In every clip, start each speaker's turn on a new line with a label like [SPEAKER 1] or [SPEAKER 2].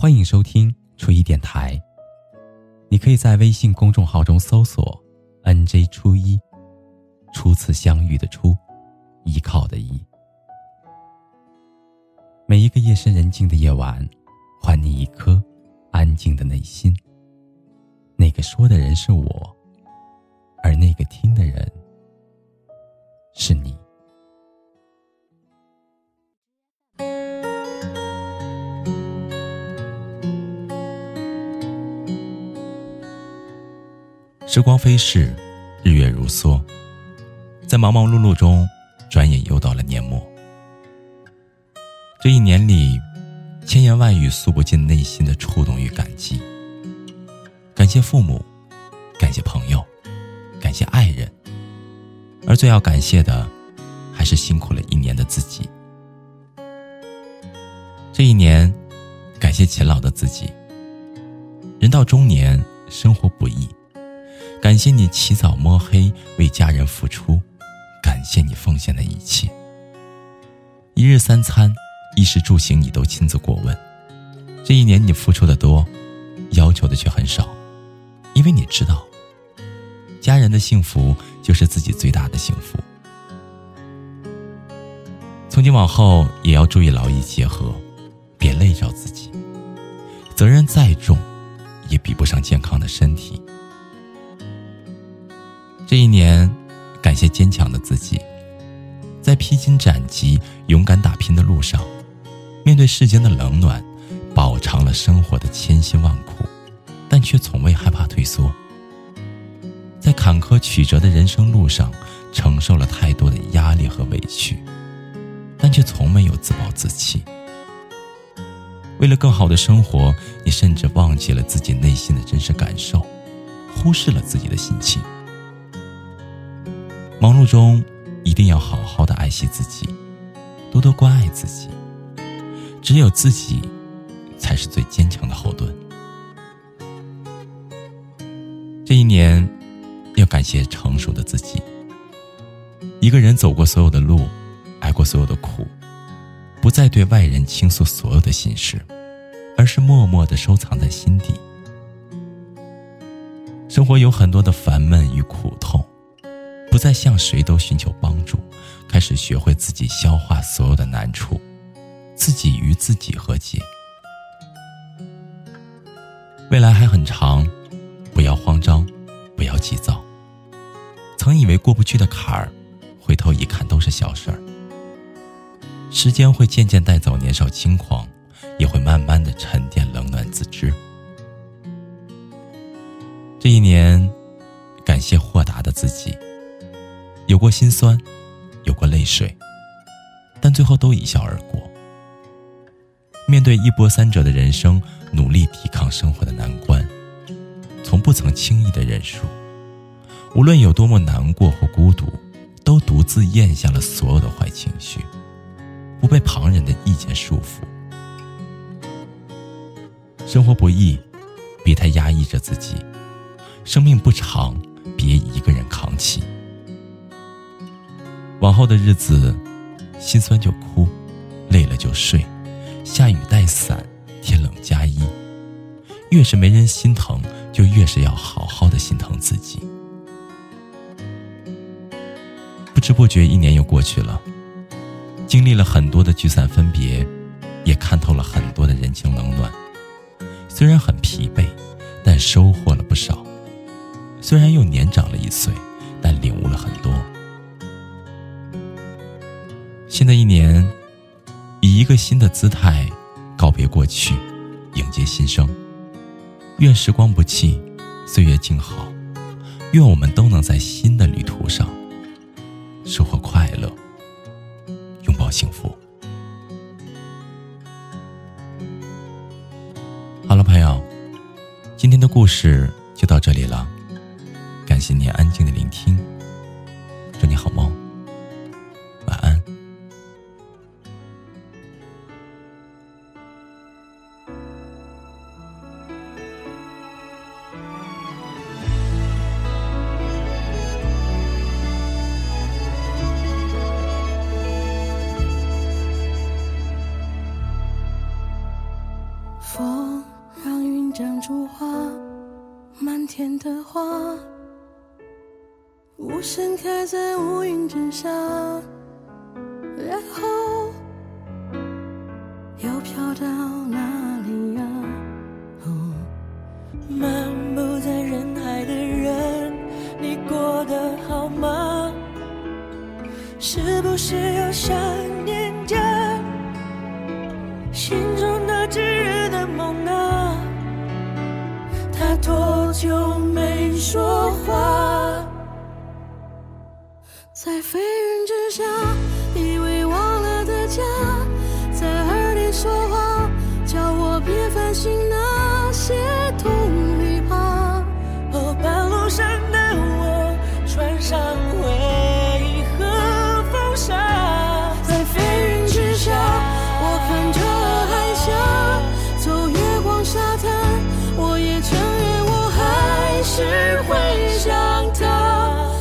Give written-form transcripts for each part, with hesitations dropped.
[SPEAKER 1] 欢迎收听初一电台。你可以在微信公众号中搜索 NJ 初一，初次相遇的初，依靠的依。每一个夜深人静的夜晚，还你一颗安静的内心。那个说的人是我，而那个听的人是你。时光飞逝，日月如梭，在忙忙碌碌中，转眼又到了年末。这一年里，千言万语诉不尽内心的触动与感激。感谢父母，感谢朋友，感谢爱人，而最要感谢的，还是辛苦了一年的自己。这一年，感谢勤劳的自己。人到中年，生活不易，感谢你起早摸黑为家人付出，感谢你奉献的一切。一日三餐，衣食住行你都亲自过问。这一年你付出的多，要求的却很少，因为你知道，家人的幸福就是自己最大的幸福。从今往后也要注意劳逸结合，别累着自己。责任再重，也比不上健康的身体。这一年，感谢坚强的自己，在披荆斩棘、勇敢打拼的路上，面对世间的冷暖，饱尝了生活的千辛万苦，但却从未害怕退缩。在坎坷曲折的人生路上，承受了太多的压力和委屈，但却从没有自暴自弃。为了更好的生活，你甚至忘记了自己内心的真实感受，忽视了自己的心情。忙碌中一定要好好的爱惜自己，多多关爱自己，只有自己才是最坚强的后盾。这一年要感谢成熟的自己。一个人走过所有的路，挨过所有的苦，不再对外人倾诉所有的心事，而是默默地收藏在心底。生活有很多的烦闷与苦痛，不再向谁都寻求帮助，开始学会自己消化所有的难处，自己与自己和解。未来还很长，不要慌张，不要急躁。曾以为过不去的坎儿，回头一看都是小事儿。时间会渐渐带走年少轻狂，也会慢慢的沉淀冷暖自知。这一年，感谢豁达的自己。有过心酸，有过泪水，但最后都一笑而过。面对一波三折的人生，努力抵抗生活的难关，从不曾轻易的认输。无论有多么难过或孤独，都独自咽下了所有的坏情绪，不被旁人的意见束缚。生活不易，别太压抑着自己。生命不长，别一个人扛起。往后的日子，心酸就哭，累了就睡，下雨带伞，天冷加衣。越是没人心疼，就越是要好好的心疼自己。不知不觉一年又过去了，经历了很多的聚散分别，也看透了很多的人情冷暖。虽然很疲惫，但收获了不少。虽然又年长了1岁，但领悟了很多。新的一年，以一个新的姿态告别过去，迎接新生。愿时光不弃，岁月静好。愿我们都能在新的旅途上收获快乐，拥抱幸福。好了，朋友，今天的故事就到这里了。感谢您安静的聆听，祝你好梦，晚安。
[SPEAKER 2] 风天的花，无声开在乌云之下，然后又飘到哪里呀？
[SPEAKER 3] 漫步在人海的人，你过得好吗？是不是又想念着心中那炙热的梦啊？他多久没说话？
[SPEAKER 2] 在飞云之下，以为忘了的家，在耳里说话，叫我别烦心那些痛与怕。
[SPEAKER 3] 哦，半路上的我穿上为何风沙？
[SPEAKER 2] 在飞云之下，我看着海峡，走月光沙滩，我也承认我还是会想他。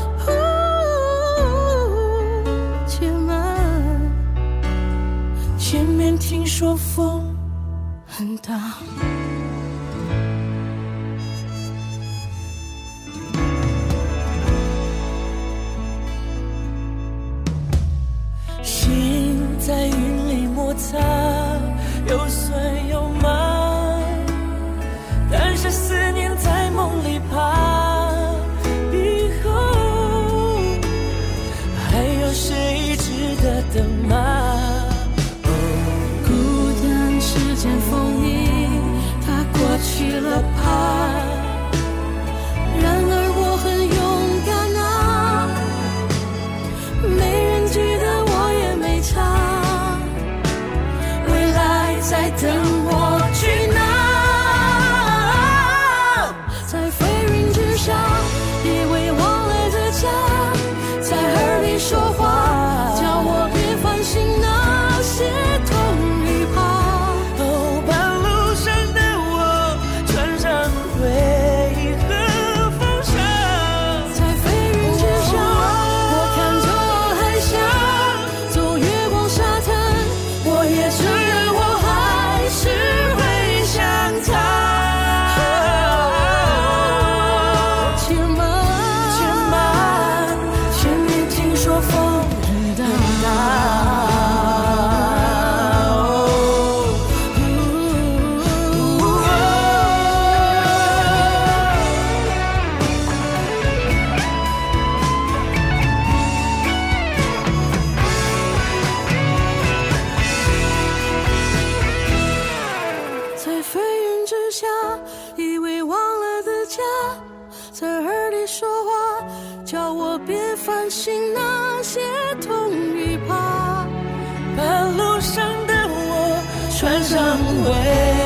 [SPEAKER 3] 前面听说风
[SPEAKER 2] 很大，
[SPEAKER 3] 心在云里摩擦，有酸有麻，但是思念在梦里爬，以后还有谁值得等吗？
[SPEAKER 2] 时间风衣，它过去了吧？然而我很勇敢啊，没人记得我也没差，未来在等我去拿。在飞云之下，以为忘了的家，在耳里说话，叫我别烦心那些痛与怕。在飞云之下，以为忘了的家，在耳里说话，叫我别烦心那些痛与怕。
[SPEAKER 3] 半路上的我穿上回